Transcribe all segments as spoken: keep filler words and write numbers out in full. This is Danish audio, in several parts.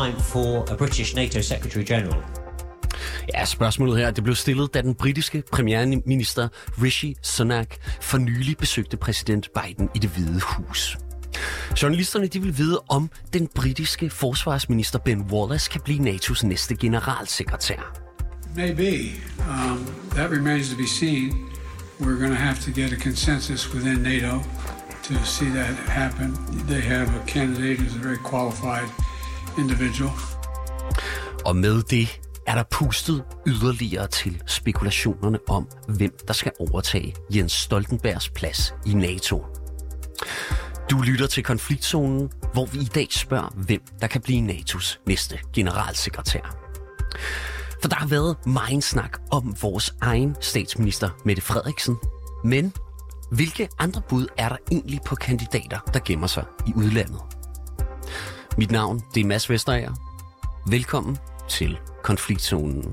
time for a British NATO Secretary General? Ja, spørgsmålet her, det blev stillet, da den britiske premierminister Rishi Sunak for nylig besøgte præsident Biden i Det Hvide Hus. Journalisterne de vil vide, om den britiske forsvarsminister Ben Wallace kan blive N A T O's næste generalsekretær. Maybe. Um, that remains to be seen. We're going to have to get a consensus within NATO to see that happen. They have a candidate who's a very qualified individual. Og med det er der pustet yderligere til spekulationerne om, hvem der skal overtage Jens Stoltenbergs plads i NATO. Du lytter til Konfliktzonen, hvor vi i dag spørger, hvem der kan blive N A T O's næste generalsekretær. For der har været meget snak om vores egen statsminister, Mette Frederiksen. Men hvilke andre bud er der egentlig på kandidater, der gemmer sig i udlandet? Mit navn det er Mads Vesterager. Velkommen til Konfliktzonen.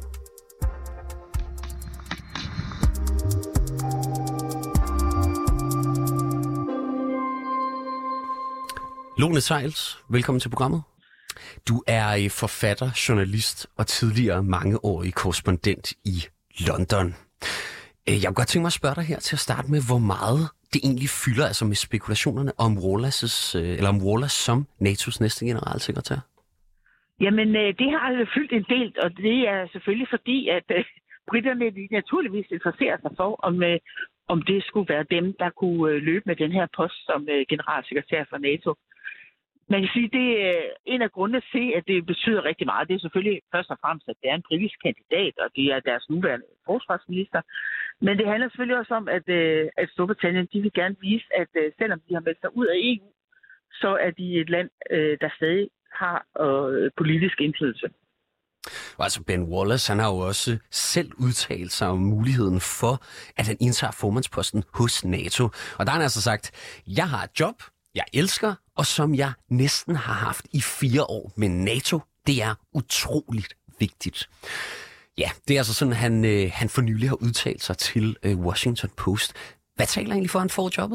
Lone Theils, velkommen til programmet. Du er forfatter, journalist og tidligere mangeårig korrespondent i London. Jeg kunne godt tænke mig at spørge dig her til at starte med, hvor meget det egentlig fylder, altså med spekulationerne om Wallaces, eller om Wallace som N A T O's næste generalsekretær. Jamen, det har altså fyldt en del, og det er selvfølgelig fordi, at uh, britterne naturligvis interesserer sig for, om, uh, om det skulle være dem, der kunne uh, løbe med den her post som uh, generalsekretær for NATO. Man kan sige, at det er en af grundene til, at det betyder rigtig meget. Det er selvfølgelig først og fremmest, at det er en britisk kandidat, og det er deres nuværende forsvarsminister. Men det handler selvfølgelig også om, at, at Storbritannien de vil gerne vise, at selvom de har meldt sig ud af E U, så er de et land, der stadig har øh, politisk indflydelse. Og altså Ben Wallace, han har jo også selv udtalt sig om muligheden for, at han indtager formandsposten hos NATO. Og der har han altså sagt, jeg har et job, jeg elsker, og som jeg næsten har haft i fire år. Men NATO, det er utroligt vigtigt. Ja, det er altså sådan, han, øh, han for nylig har udtalt sig til øh, Washington Post. Hvad taler egentlig for, at han får jobbet?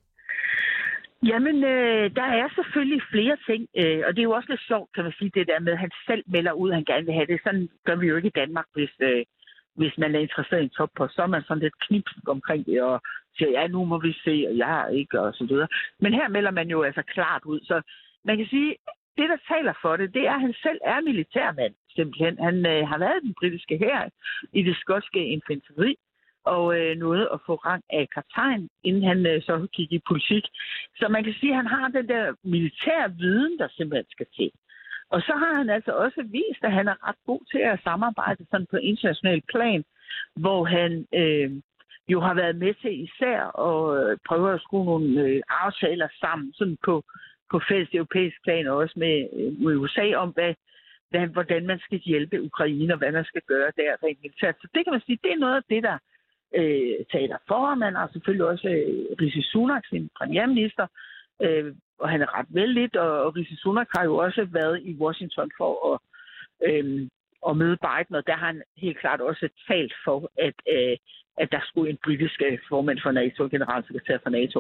Jamen, øh, der er selvfølgelig flere ting, øh, og det er jo også lidt sjovt, kan man sige, det der med, at han selv melder ud, at han gerne vil have det. Sådan gør vi jo ikke i Danmark, hvis, øh, hvis man er interesseret i en toppost. Så er man sådan lidt knipsk omkring det, og siger, ja, nu må vi se, og jeg har ikke, og så videre. Men her melder man jo altså klart ud. Så man kan sige, det der taler for det, det er, at han selv er militærmand, simpelthen. Han øh, har været i den britiske hær i det skotske infanteri, og øh, nåede at få rang af kaptajn, inden han øh, så gik i politik. Så man kan sige, at han har den der militære viden, der simpelthen skal til. Og så har han altså også vist, at han er ret god til at samarbejde sådan på international plan, hvor han øh, jo har været med til især at øh, prøve at skrue nogle øh, aftaler sammen sådan på, på fælles europæisk plan, og også med, øh, med U S A om, hvad, hvad, hvordan man skal hjælpe Ukraine, og hvad man skal gøre der rent militært. Så det kan man sige, det er noget af det, der Øh, taler for. Man har selvfølgelig også øh, Rishi Sunak, sin premierminister, øh, og han er ret vældigt, og, og Rishi Sunak har jo også været i Washington for at, øh, at møde Biden, og der har han helt klart også talt for, at, øh, at der skulle en britisk formand for NATO, generalsekretær for NATO.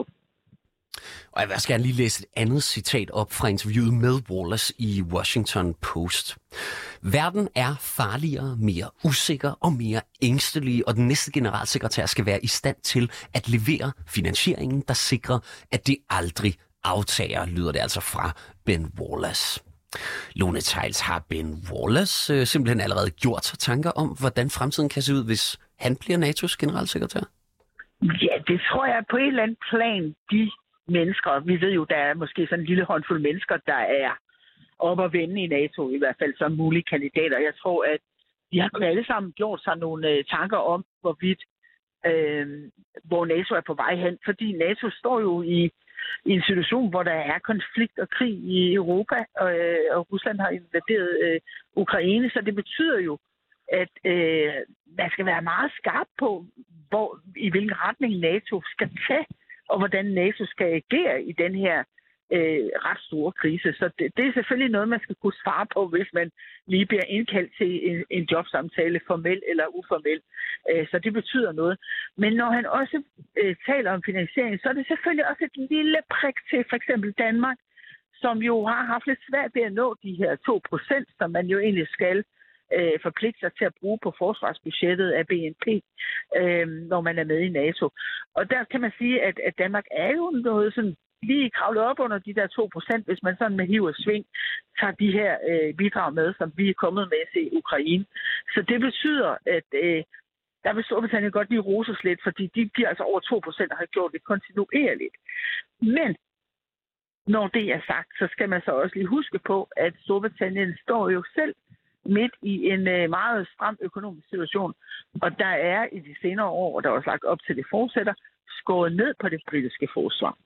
Og jeg vil også gerne lige læse et andet citat op fra interviewet med Wallace i Washington Post. Verden er farligere, mere usikker og mere ængstelig, og den næste generalsekretær skal være i stand til at levere finansieringen, der sikrer, at det aldrig aftager, lyder det altså fra Ben Wallace. Lone Theils, har Ben Wallace øh, simpelthen allerede gjort sig tanker om, hvordan fremtiden kan se ud, hvis han bliver N A T O's generalsekretær? Ja, det tror jeg på et eller andet plan, de mennesker, vi ved jo, der er måske sådan en lille håndfuld mennesker, der er op at vende i NATO, i hvert fald som mulige kandidater. Jeg tror, at de har alle sammen gjort sig nogle øh, tanker om, hvorvidt, øh, hvor NATO er på vej hen. Fordi NATO står jo i, i en situation, hvor der er konflikt og krig i Europa, og, øh, og Rusland har invaderet øh, Ukraine, så det betyder jo, at øh, man skal være meget skarp på, hvor, i hvilken retning NATO skal tage, og hvordan NATO skal agere i den her øh, ret store krise. Så det, det er selvfølgelig noget, man skal kunne svare på, hvis man lige bliver indkaldt til en, en jobsamtale, formel eller uformel. Øh, så det betyder noget. Men når han også øh, taler om finansiering, så er det selvfølgelig også et lille prik til for eksempel Danmark, som jo har haft lidt svært ved at nå de her to procent, som man jo egentlig skal øh, forpligte sig til at bruge på forsvarsbudgettet af B N P, øh, når man er med i NATO. Og der kan man sige, at, at Danmark er jo noget sådan lige kravlet op under de der to procent, hvis man sådan med hiv og sving tager de her øh, bidrag med, som vi er kommet med til Ukraine. Så det betyder, at øh, der vil Storbritannien godt lige roses lidt, fordi de giver altså over to procent og har gjort det kontinuerligt. Men når det er sagt, så skal man så også lige huske på, at Storbritannien står jo selv midt i en øh, meget stram økonomisk situation, og der er i de senere år, og der er også lagt op til det fortsætter, skåret ned på det britiske forsvar.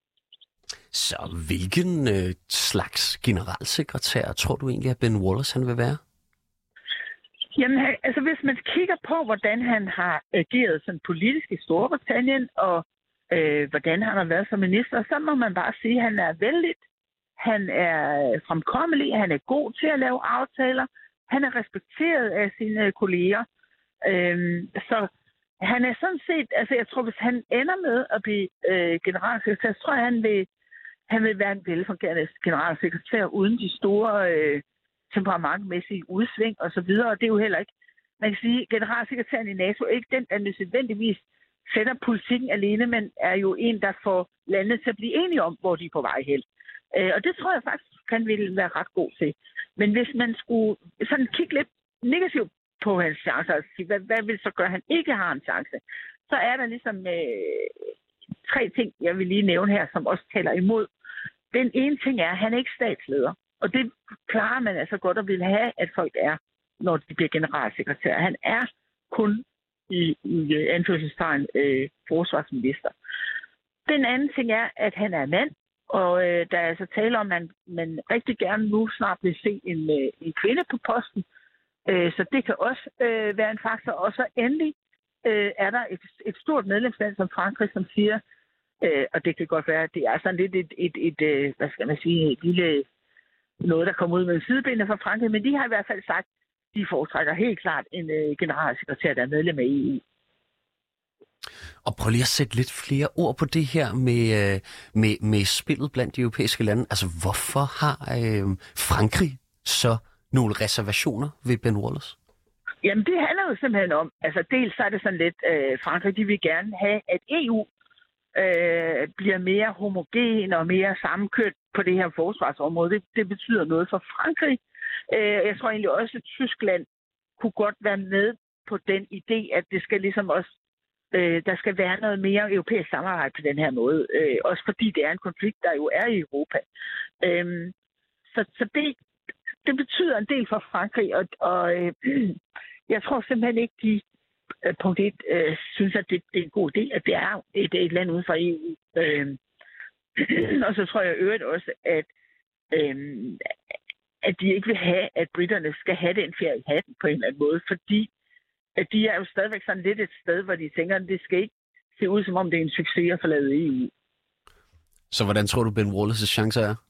Så hvilken øh, slags generalsekretær tror du egentlig, at Ben Wallace han vil være? Jamen, altså hvis man kigger på, hvordan han har ageret sådan politisk i Storbritannien, og øh, hvordan han har været som minister, så må man bare sige, at han er vældig, han er fremkommelig, han er god til at lave aftaler, han er respekteret af sine kolleger. Øh, så han er sådan set, altså jeg tror, hvis han ender med at blive øh, generalsekretær, så tror jeg, han vil, han vil være en velfungerende generalsekretær uden de store øh, temperamentmæssige udsving og så videre. Og det er jo heller ikke, man kan sige, generalsekretæren i NATO er ikke den, der nødvendigvis sætter politikken alene, men er jo en, der får landet til at blive enige om, hvor de er på vej hen. Øh, og det tror jeg faktisk, han vil være ret god til. Men hvis man skulle sådan kigge lidt negativt på hans chancer, og sige, hvad, hvad vil så gøre, at han ikke har en chance, så er der ligesom øh, tre ting, jeg vil lige nævne her, som også taler imod. Den ene ting er, at han er ikke statsleder. Og det klarer man altså godt at ville have, at folk er, når de bliver generalsekretær. Han er kun i, i anførselstegn øh, forsvarsminister. Den anden ting er, at han er mand, og øh, der er altså tale om, at man, man rigtig gerne nu snart vil se en, øh, en kvinde på posten. Øh, så det kan også øh, være en faktor. Og så endelig øh, er der et, et stort medlemsland som Frankrig, som siger, øh, og det kan godt være, at det er sådan lidt et, et, et, et hvad skal man sige, et lille noget, der kommer ud med sidebenene fra Frankrig, men de har i hvert fald sagt, at de foretrækker helt klart en øh, generalsekretær, der er medlem af E U. Og prøv lige at sætte lidt flere ord på det her med, øh, med, med spillet blandt de europæiske lande. Altså, hvorfor har øh, Frankrig så nogle reservationer ved Ben Wallace? Jamen, det handler jo simpelthen om, altså dels så er det sådan lidt, øh, Frankrig, de vil gerne have, at E U øh, bliver mere homogen og mere sammenkørt på det her forsvarsområde. Det, det betyder noget for Frankrig. Øh, jeg tror egentlig også, at Tyskland kunne godt være med på den idé, at det skal ligesom også, øh, der skal være noget mere europæisk samarbejde på den her måde. Øh, også fordi det er en konflikt, der jo er i Europa. Øh, så så det, det betyder en del for Frankrig, og, og øh, jeg tror simpelthen ikke, de øh, punkt et øh, synes, at det, det er en god idé, at det er et, et land uden for E U. Øh, og så tror jeg øvrigt også, at, øhm, at de ikke vil have, at britterne skal have den fjer i hatten på en eller anden måde, fordi at de er jo stadigvæk sådan lidt et sted, hvor de tænker, at det skal ikke se ud, som om det er en succes at forlade E U. Så hvordan tror du, Ben Wallace's chancer er?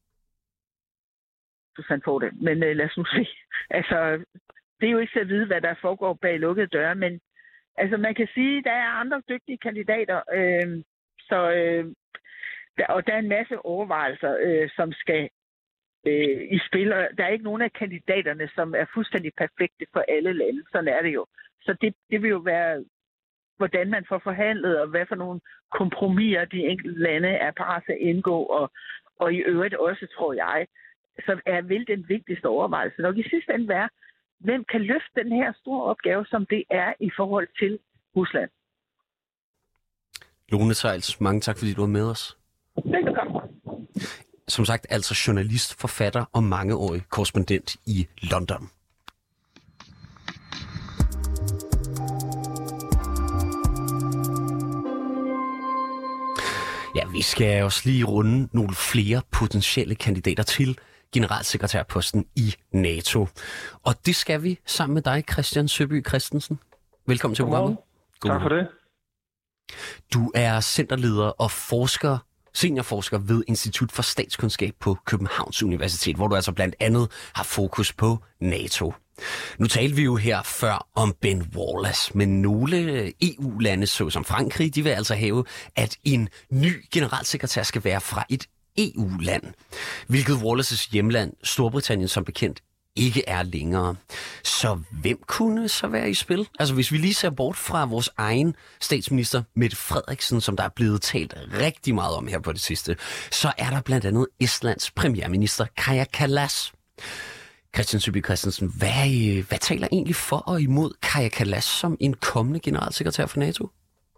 Så sandt får det. Men øh, lad os nu se. Altså, det er jo ikke så at vide, hvad der foregår bag lukkede døre, men altså, man kan sige, at der er andre dygtige kandidater, øh, så... Øh, Der, og der er en masse overvejelser, øh, som skal øh, i spil. Og der er ikke nogen af kandidaterne, som er fuldstændig perfekte for alle lande. Sådan er det jo. Så det, det vil jo være, hvordan man får forhandlet, og hvad for nogle kompromiser de enkelte lande er parat til at indgå. Og, og i øvrigt også, tror jeg, så er vel den vigtigste overvejelse nok i sidste ende være, hvem kan løfte den her store opgave, som det er i forhold til Rusland. Lone Theils, mange tak, fordi du var med os. Velkommen. Som sagt, altså journalist, forfatter og mangeårig korrespondent i London. Ja, vi skal også lige runde nogle flere potentielle kandidater til generalsekretærposten i NATO. Og det skal vi sammen med dig, Christian Søby Christensen. Velkommen til programmet. Tak for det. Du er centerleder og forsker, seniorforsker ved Institut for Statskundskab på Københavns Universitet, hvor du altså blandt andet har fokus på NATO. Nu talte vi jo her før om Ben Wallace, men nogle E U-lande, såsom Frankrig, de vil altså have, at en ny generalsekretær skal være fra et E U-land, hvilket Wallaces hjemland, Storbritannien, som bekendt, ikke er længere. Så hvem kunne så være i spil? Altså hvis vi lige ser bort fra vores egen statsminister, Mette Frederiksen, som der er blevet talt rigtig meget om her på det sidste, så er der blandt andet Estlands premierminister Kaja Kallas. Kristian Søby Christensen, hvad, hvad taler egentlig for og imod Kaja Kallas som en kommende generalsekretær for NATO?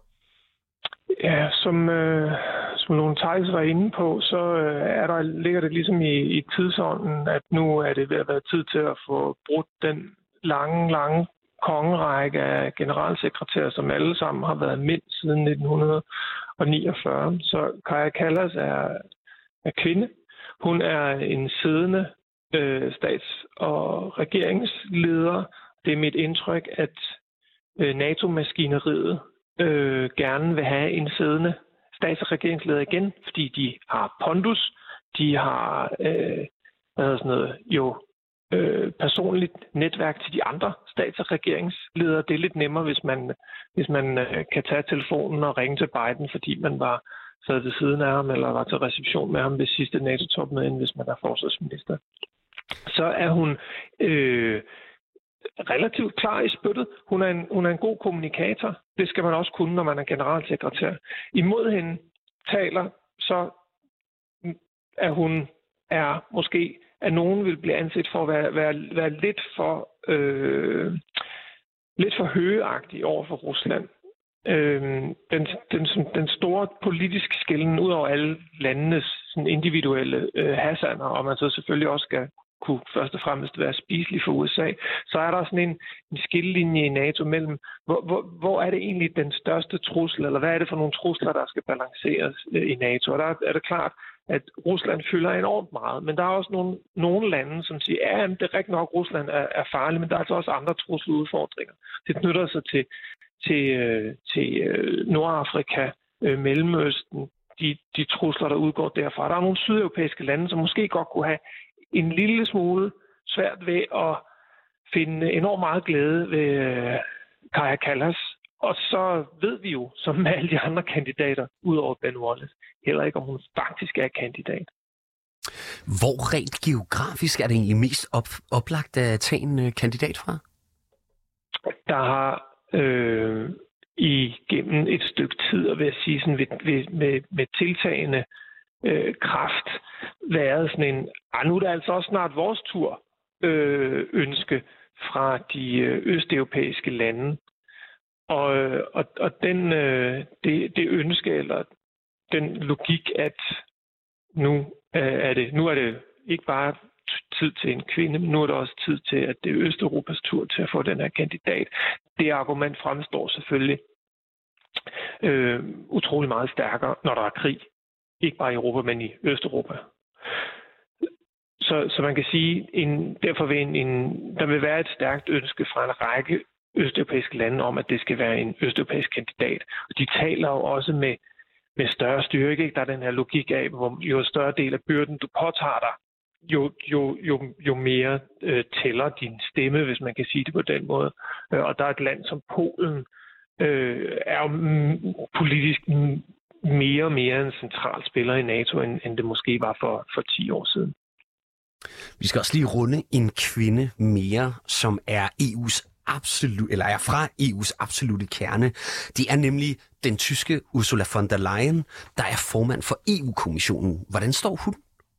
Ja, som, øh, som Lone Theils var inde på, så øh, er der, ligger det ligesom i, i tidsånden, at nu er det ved at være tid til at få brudt den lange, lange kongerække af generalsekretærer, som alle sammen har været mænd siden nitten niogfyrre. Så Kaja Kallas er, er kvinde. Hun er en siddende øh, stats- og regeringsleder. Det er mit indtryk, at øh, NATO-maskineriet øh, gerne vil have en siddende stats- og regeringsleder igen, fordi de har pondus, de har øh, hvad hedder sådan noget, jo øh, personligt netværk til de andre stats- og regeringsledere. Det er lidt nemmere, hvis man, hvis man øh, kan tage telefonen og ringe til Biden, fordi man var sad ved siden af ham, eller var til reception med ham ved sidste NATO-topmøde, end hvis man er forsvarsminister. Så er hun øh, relativt klar i spyttet. Hun er, en, hun er en god kommunikator. Det skal man også kunne, når man er generalsekretær. Imod hende taler så, at hun er måske, at nogen vil blive anset for at være, være, være lidt for øh, lidt for højagtig over for Rusland. Øh, den, den, den store politiske skillen ud over alle landenes sådan individuelle øh, hassaner, og man så selvfølgelig også skal kunne først og fremmest være spiselig for U S A, så er der sådan en, en skillelinje i NATO mellem, hvor, hvor, hvor er det egentlig den største trussel, eller hvad er det for nogle trusler, der skal balanceres øh, i NATO? Og der er det klart, at Rusland fylder enormt meget, men der er også nogle, nogle lande, som siger, ja, det er rigtigt nok, Rusland er, er farlig, men der er altså også andre trusseludfordringer. Det knytter sig til, til, øh, til øh, Nordafrika, øh, Mellemøsten, de, de trusler, der udgår derfra. Der er nogle sydeuropæiske lande, som måske godt kunne have en lille smule svært ved at finde enormt meget glæde ved øh, Kaja Kallas. Og så ved vi jo, som med alle de andre kandidater, udover Ben Wallace, heller ikke, om hun faktisk er kandidat. Hvor rent geografisk er det egentlig mest op- oplagt at tage en øh, kandidat fra? Der har øh, igennem et stykke tid, og vil jeg sige sådan, ved, ved, med, med tiltagende øh, kraft, været sådan en, ah, nu er det altså også snart vores tur øh, ønske fra de øh, østeuropæiske lande. Og, og, og den, øh, det, det ønske, eller den logik, at nu, øh, er det, nu er det ikke bare tid til en kvinde, men nu er det også tid til, at det er Østeuropas tur til at få den her kandidat. Det argument fremstår selvfølgelig øh, utrolig meget stærkere, når der er krig. Ikke bare i Europa, men i Østeuropa. Så, så man kan sige, en, derfor vil en, en, der vil være et stærkt ønske fra en række østeuropæiske lande om, at det skal være en østeuropæisk kandidat. Og de taler jo også med, med større styrke. Ikke? Der er den her logik af, hvor jo større del af byrden du påtager dig, jo, jo, jo, jo mere øh, tæller din stemme, hvis man kan sige det på den måde. Øh, og der er et land som Polen, øh, er jo m- politisk m- mere og mere en central spiller i NATO, end, end det måske var for, for ti år siden. Vi skal også lige runde en kvinde mere, som er E U's absolut, eller er fra E U's absolute kerne. Det er nemlig den tyske Ursula von der Leyen, der er formand for E U-kommissionen. Hvordan står hun?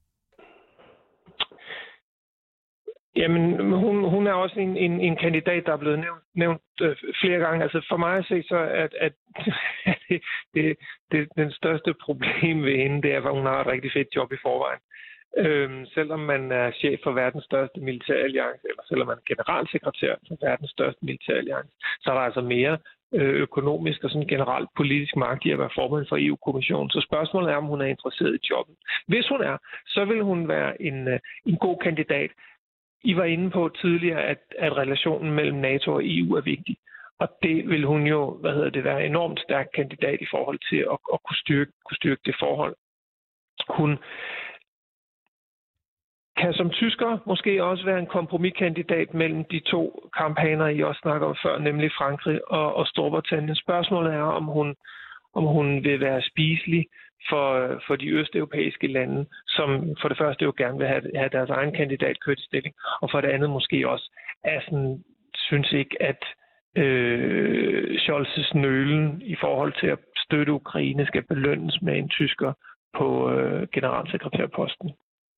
Jamen, hun, hun er også en, en, en kandidat, der er blevet nævnt, nævnt øh, flere gange. Altså for mig at se, så at, at det, det, det, den største problem ved hende, det er, at hun har et rigtig fedt job i forvejen. Øhm, selvom man er chef for verdens største militæralliance, eller selvom man er generalsekretær for verdens største militæralliance, så er der altså mere øh, økonomisk og sådan generelt politisk magt i at være formand for E U-kommissionen. Så spørgsmålet er, om hun er interesseret i jobbet. Hvis hun er, så vil hun være en, øh, en god kandidat. I var inde på tidligere, at, at relationen mellem NATO og E U er vigtig. Og det vil hun jo, hvad hedder det, være en enormt stærk kandidat i forhold til at, at kunne, styrke, kunne styrke det forhold. Hun kan som tysker måske også være en kompromiskandidat mellem de to kampagner, I også snakker om før, nemlig Frankrig og, og Storbritannien. Spørgsmålet er, om hun, om hun vil være spiselig for, for de østeuropæiske lande, som for det første jo gerne vil have, have deres egen kandidat kørt i stilling, og for det andet måske også er sådan, synes ikke, at øh, Scholz's nølen i forhold til at støtte Ukraine skal belønnes med en tysker på øh, generalsekretærposten.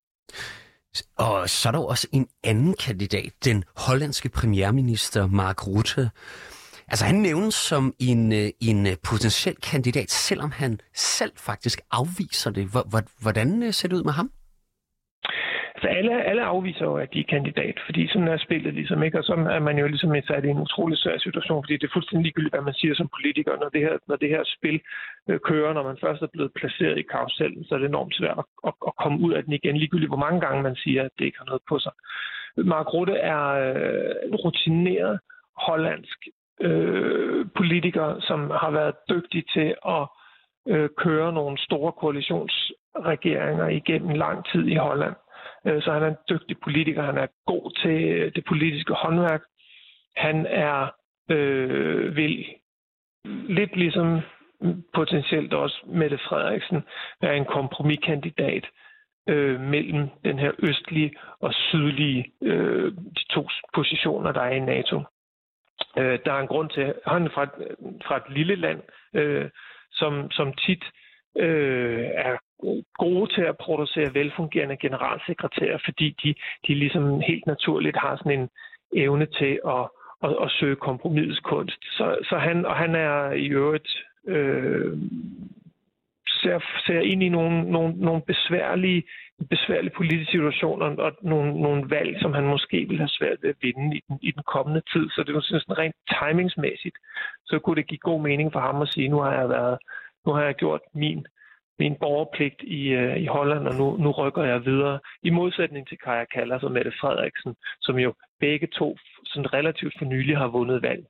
Og så er der også en anden kandidat, den hollandske premierminister Mark Rutte. Altså han nævnes som en, en potentiel kandidat, selvom han selv faktisk afviser det. Hvordan ser det ud med ham? Altså alle, alle afviser jo, at de er kandidat, fordi sådan er spillet ligesom ikke, og så er man jo ligesom sat i en utrolig svær situation, fordi det er fuldstændig ligegyldigt, hvad man siger som politiker, når det her, når det her spil øh, kører, når man først er blevet placeret i karusellen, så er det enormt svært at, at, at komme ud af den igen, ligegyldigt hvor mange gange man siger, at det ikke har noget på sig. Mark Rutte er øh, en rutineret hollandsk øh, politiker, som har været dygtig til at øh, køre nogle store koalitionsregeringer igennem lang tid i Holland. Så han er en dygtig politiker. Han er god til det politiske håndværk. Han er øh, vil lidt ligesom potentielt også Mette Frederiksen være en kompromiskandidat øh, mellem den her østlige og sydlige, øh, de to positioner, der er i NATO. Øh, der er en grund til, han er fra et, fra et lille land, øh, som, som tit øh, er gode til at producere velfungerende generalsekretærer, fordi de, de ligesom helt naturligt har sådan en evne til at, at, at søge kompromisets kunst. Så, så han, og han er i øvrigt øh, ser, ser ind i nogle, nogle, nogle besværlige, besværlige politiske situationer og nogle, nogle valg, som han måske vil have svært ved at vinde i den, i den kommende tid. Så det var sådan rent timingsmæssigt, så kunne det give god mening for ham at sige, nu har jeg været, nu har jeg gjort min min borgerpligt i, øh, i Holland, og nu, nu rykker jeg videre. I modsætning til Kaja Kallas og Mette Frederiksen, som jo begge to sådan relativt for nylig har vundet valg.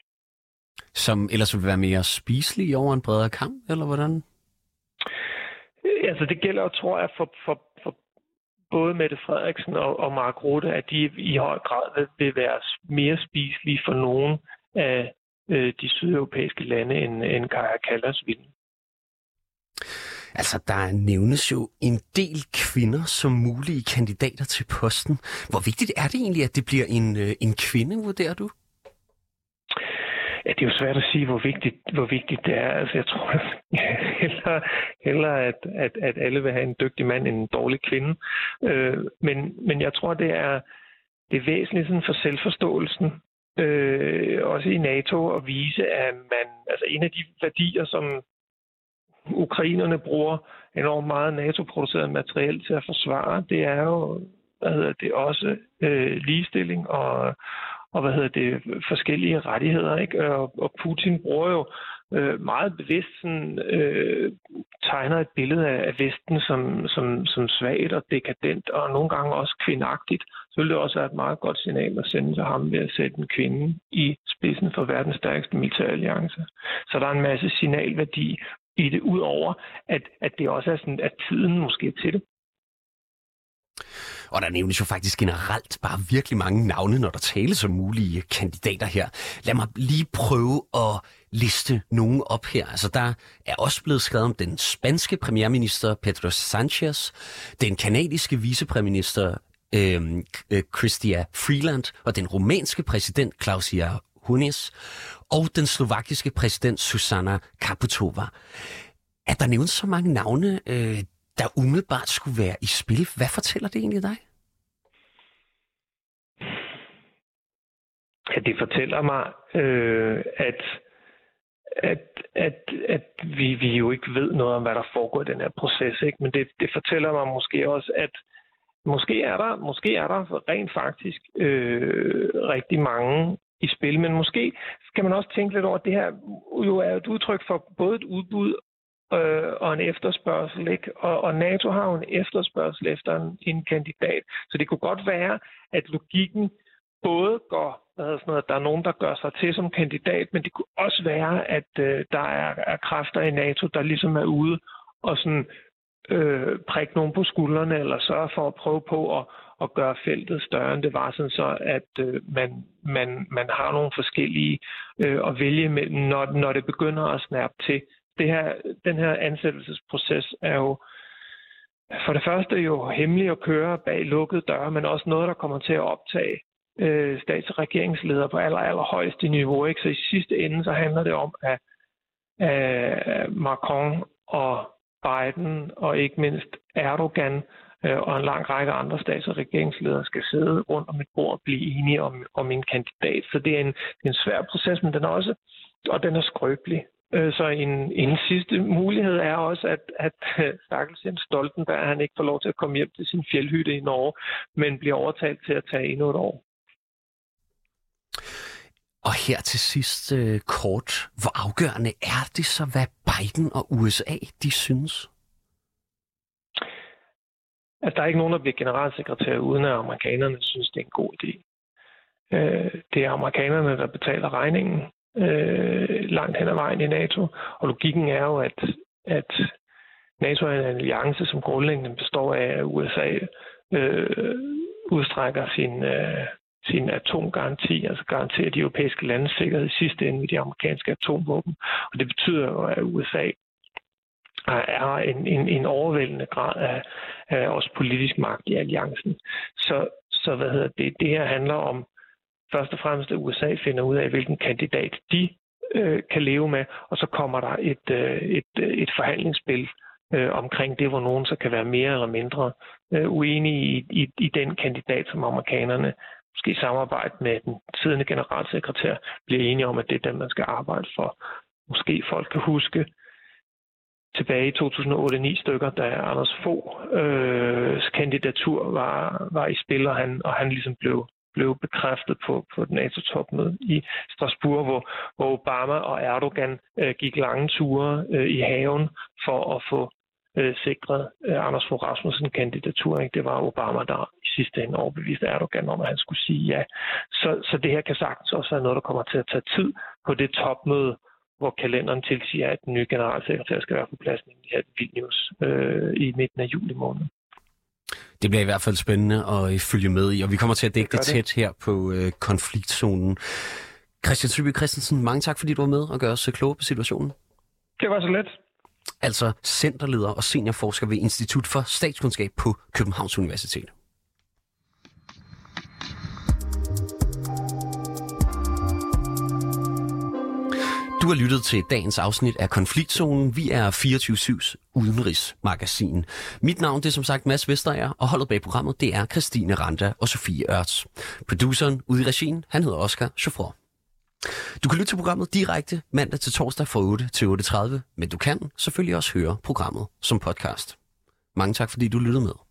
Som ellers vil være mere spiselige over en bredere kamp, eller hvordan? Altså det gælder, tror jeg, for, for, for både Mette Frederiksen og, og Mark Rutte, at de i høj grad vil, vil være mere spiselige for nogle af øh, de sydeuropæiske lande, end, end Kaja Kallas vil. Altså, der nævnes jo en del kvinder som mulige kandidater til posten. Hvor vigtigt er det egentlig, at det bliver en, en kvinde, vurderer du? Ja, det er jo svært at sige, hvor vigtigt, hvor vigtigt det er. Altså, jeg tror hellere, hellere at, at, at alle vil have en dygtig mand end en dårlig kvinde. Øh, men, men jeg tror, det er, det er væsentligt sådan for selvforståelsen, øh, også i NATO, at vise, at man, altså en af de værdier, som ukrainerne bruger enormt meget NATO-produceret materiel til at forsvare, det er jo, hvad hedder det, også øh, ligestilling og, og hvad hedder det, forskellige rettigheder, ikke? Og, og Putin bruger jo øh, meget bevidst sådan, øh, tegner et billede af, af Vesten som, som, som svagt og dekadent, og nogle gange også kvindagtigt. Så vil det også være et meget godt signal at sende til ham ved at sætte en kvinde i spidsen for verdens stærkeste militæralliance. Så der er en masse signalværdi i det, udover at, at det også er sådan, at tiden måske til det. Og der nævnes jo faktisk generelt bare virkelig mange navne, når der tales om mulige kandidater her. Lad mig lige prøve at liste nogen op her. Altså, der er også blevet skrevet om den spanske premierminister Pedro Sánchez, den kanadiske vicepremierminister øh, Chrystia Freeland og den rumænske præsident Klaus Iohannis og den slovakiske præsident Zuzana Kaputova. Er der nævnt så mange navne, øh, der umiddelbart skulle være i spil? Hvad fortæller det egentlig dig? Ja, det fortæller mig, øh, at, at, at, at vi, vi jo ikke ved noget om, hvad der foregår i den her proces, ikke? Men det, det fortæller mig måske også, at måske er der, måske er der rent faktisk øh, rigtig mange i spil, men måske skal man også tænke lidt over, at det her jo er et udtryk for både et udbud øh, og en efterspørgsel, ikke? Og, og NATO har jo en efterspørgsel efter en, en kandidat, så det kunne godt være, at logikken både går, hvad sådan noget, at der er nogen, der gør sig til som kandidat, men det kunne også være, at øh, der er, er kræfter i NATO, der ligesom er ude og sådan øh, prikke nogen på skuldrene, eller sørge for at prøve på at, at gøre feltet større, end det var, sådan så at øh, man, man, man har nogle forskellige øh, at vælge mellem, når, når det begynder at snappe til det her, den her ansættelsesproces er jo for det første jo hemmelig at køre bag lukkede døre, men også noget, der kommer til at optage øh, stats- og regeringsledere på aller, aller højeste niveau. Ikke? Så i sidste ende så handler det om, at, at Macron og Biden og ikke mindst Erdogan øh, og en lang række andre stats- og regeringsledere skal sidde rundt om et bord og blive enige om, om en kandidat. Så det er en, det er en svær proces, men den er også, og den er skrøbelig. Så en, en sidste mulighed er også, at, at stakkels Jens Stoltenberg, han ikke får lov til at komme hjem til sin fjeldhytte i Norge, men bliver overtalt til at tage endnu et år. Og her til sidst øh, kort, hvor afgørende er det så, hvad Biden og U S A, de synes? Altså, der er ikke nogen, der bliver generalsekretær, uden at amerikanerne synes, det er en god idé. Øh, det er amerikanerne, der betaler regningen. Øh, langt hen ad vejen i NATO. Og logikken er jo, at, at NATO er en alliance, som grundlæggende består af, at U S A øh, udstrækker sin, øh, sin atomgaranti, altså garanterer de europæiske landes sikkerhed i sidste ende med de amerikanske atomvåben. Og det betyder jo, at U S A er en, en, en overvældende grad af, af også politisk magt i alliancen. Så, så hvad hedder det? Det her handler om først og fremmest, at U S A finder ud af, hvilken kandidat de øh, kan leve med, og så kommer der et, øh, et, et forhandlingsspil øh, omkring det, hvor nogen så kan være mere eller mindre øh, uenige i, i, i den kandidat, som amerikanerne måske i samarbejde med den siddende generalsekretær bliver enige om, at det er den, man skal arbejde for. Måske folk kan huske tilbage i to tusind og otte ni stykker, da Anders Fogh øh, kandidatur var, var i spil, og han, og han ligesom blev blev bekræftet på, på et NATO-topmøde i Strasbourg, hvor, hvor Obama og Erdogan øh, gik lange ture øh, i haven for at få øh, sikret øh, Anders Fogh Rasmussen kandidatur. Ikke? Det var Obama, der i sidste ende overbeviste Erdogan om, at han skulle sige ja. Så, så det her kan sagtens også være noget, der kommer til at tage tid på det topmøde, hvor kalenderen tilsiger, at den nye generalsekretær skal være på plads, nemlig her i Vilnius øh, i midten af juli måned. Det bliver i hvert fald spændende at følge med i, og vi kommer til at dække det, det tæt her på øh, konfliktzonen. Christian Søby Christensen, mange tak, fordi du var med og gør os kloge på situationen. Det var så let. Altså centerleder og seniorforsker ved Institut for Statskundskab på Københavns Universitet. Du har lyttet til dagens afsnit af Konfliktzonen. Vi er fireogtyve syvs udenrigsmagasin. Mit navn det er som sagt Mads Vesterager, og holdet bag programmet det er Christine Randa og Sofie Ørts. Produceren ude i regien, han hedder Oscar Chauffeur. Du kan lytte til programmet direkte mandag til torsdag fra otte til otte tredive, men du kan selvfølgelig også høre programmet som podcast. Mange tak fordi du lyttede med.